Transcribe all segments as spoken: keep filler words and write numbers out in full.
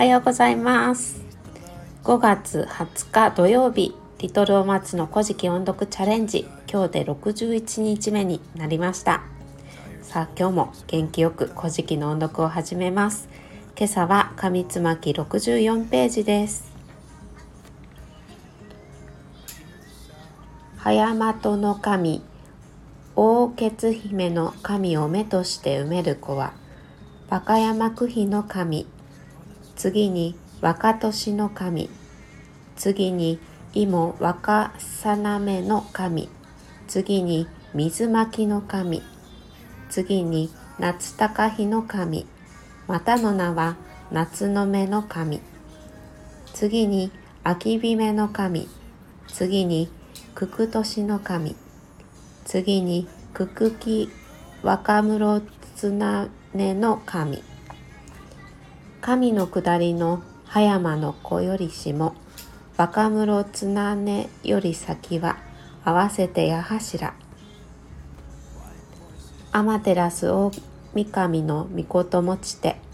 はようございます。ごがつはつか土曜日、リトルお松の古事記音読チャレンジ、今日でろくじゅういちにちめになりました。さあ今日も元気よく古事記の音読を始めます。今朝は上つまきろくじゅうよんページです。早的の神、大血姫の神を目として埋める子は、和歌山九妃の神、次に若年の神、次に芋若さなめの神、次に水巻の神、次に夏高妃の神、またの名は夏の目の神、次に秋姫の神、次に九九年の神、次に九九木若室綱根の神。神の下りの葉山の子よりしも、若室綱根より先は合わせて矢柱。天照大神の御持ちて、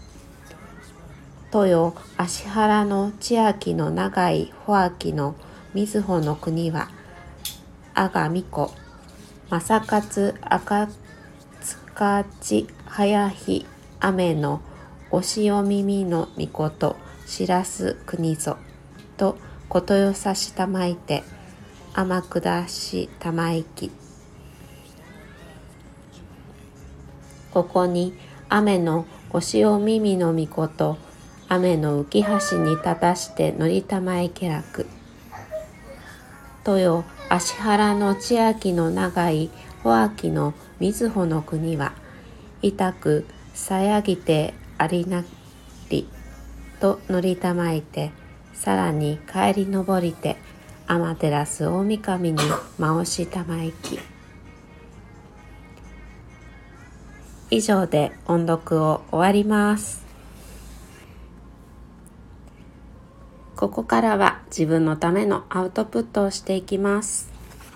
豊芦原の千秋の長い穂秋の瑞穂の国は、阿賀巫女、正勝赤塚地早日雨のお潮耳の御事白洲国ぞとことよさしたまいて天下したまいき。ここに雨のお潮耳の御事雨の浮橋に立たして乗りたまいけらく。豊芦原の千秋の長い穂秋の瑞穂の国は、痛くさやぎてありなりと乗りたまいて、さらに帰り登りて天照大神に回したまいき。以上で音読を終わります。ここからは自分のためのアウトプットをしていきます。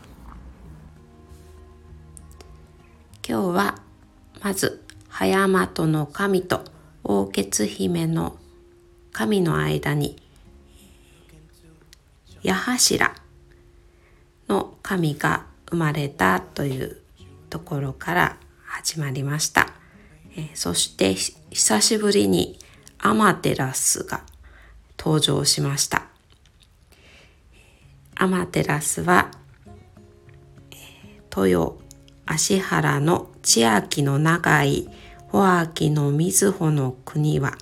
今日はまず早的の神と大血姫の神の間に矢柱の神が生まれたというところから始まりました。えー、そして久しぶりに天照が登場しました。天照は、えー、豊芦原の千秋の長い穂秋の瑞穂の国は、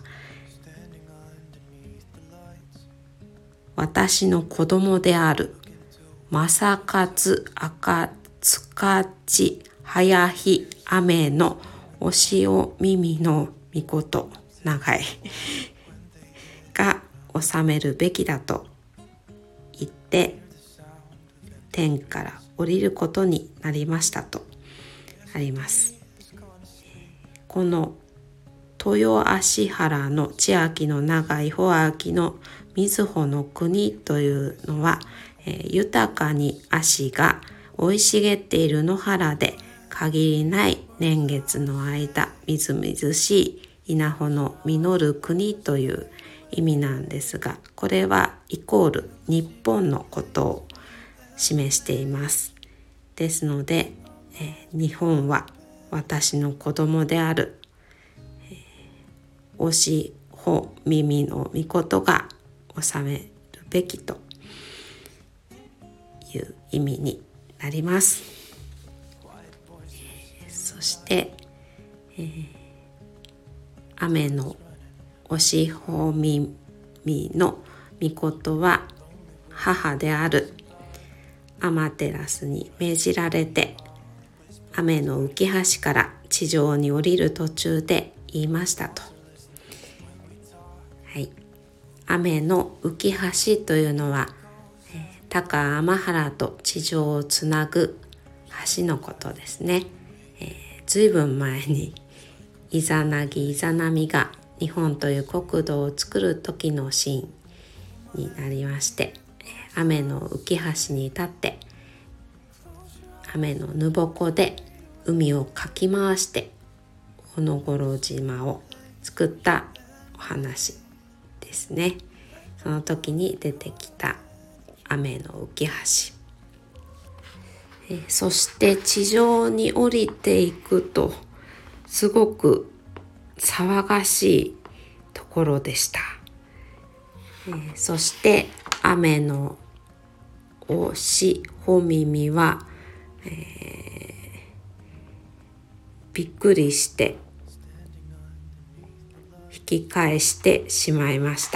私の子供である正勝赤塚地早日雨のお潮耳の御事長いが治めるべきだと言って天から降りることになりましたとあります。この豊芦原の千秋の長い穂秋の瑞穂の国というのは、えー、豊かに芦が生い茂っている野原で限りない年月の間みずみずしい稲穂の実る国という意味なんですが、これはイコール日本のことを示しています。ですので、えー、日本は私の子供である、えー、おしほ耳の御事が治めるべきという意味になります。えー、そして、えー、雨のおしほ耳の御事は母である天照に命じられて、雨の浮橋から地上に降りる途中で言いましたと。はい、雨の浮橋というのは、えー、高天原と地上をつなぐ橋のことですね。えー、ずいぶん前にイザナギイザナミが日本という国土を作る時のシーンになりまして、雨の浮橋に立って雨のぬぼこで海をかき回して小野五郎島を作ったお話でですね。その時に出てきた雨の浮き橋、えー、そして地上に降りていくとすごく騒がしいところでした。えー、そして雨のおしほ耳は、えー、びっくりして引き返してしまいました。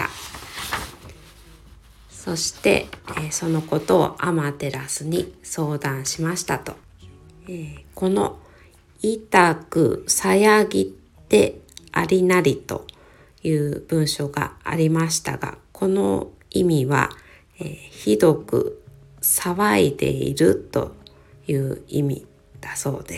そして、えー、そのことをアマテラスに相談しましたと、えー、この痛くさやぎってありなりという文章がありましたが、この意味は、えー、ひどく騒いでいるという意味だそうです。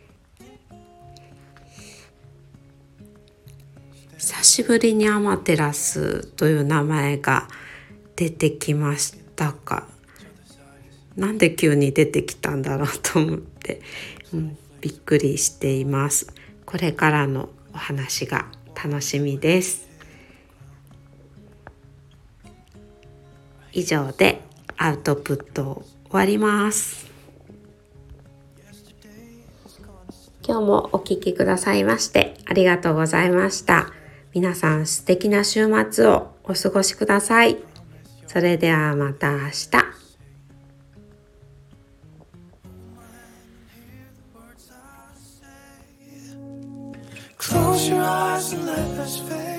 久しぶりにアマテラスという名前が出てきましたか。なんで急に出てきたんだろうと思って、うん、びっくりしています。これからのお話が楽しみです。以上でアウトプットを終わります。今日もお聞きくださいましてありがとうございました。皆さん素敵な週末をお過ごしください。それではまた明日。Close your eyes and let us fade.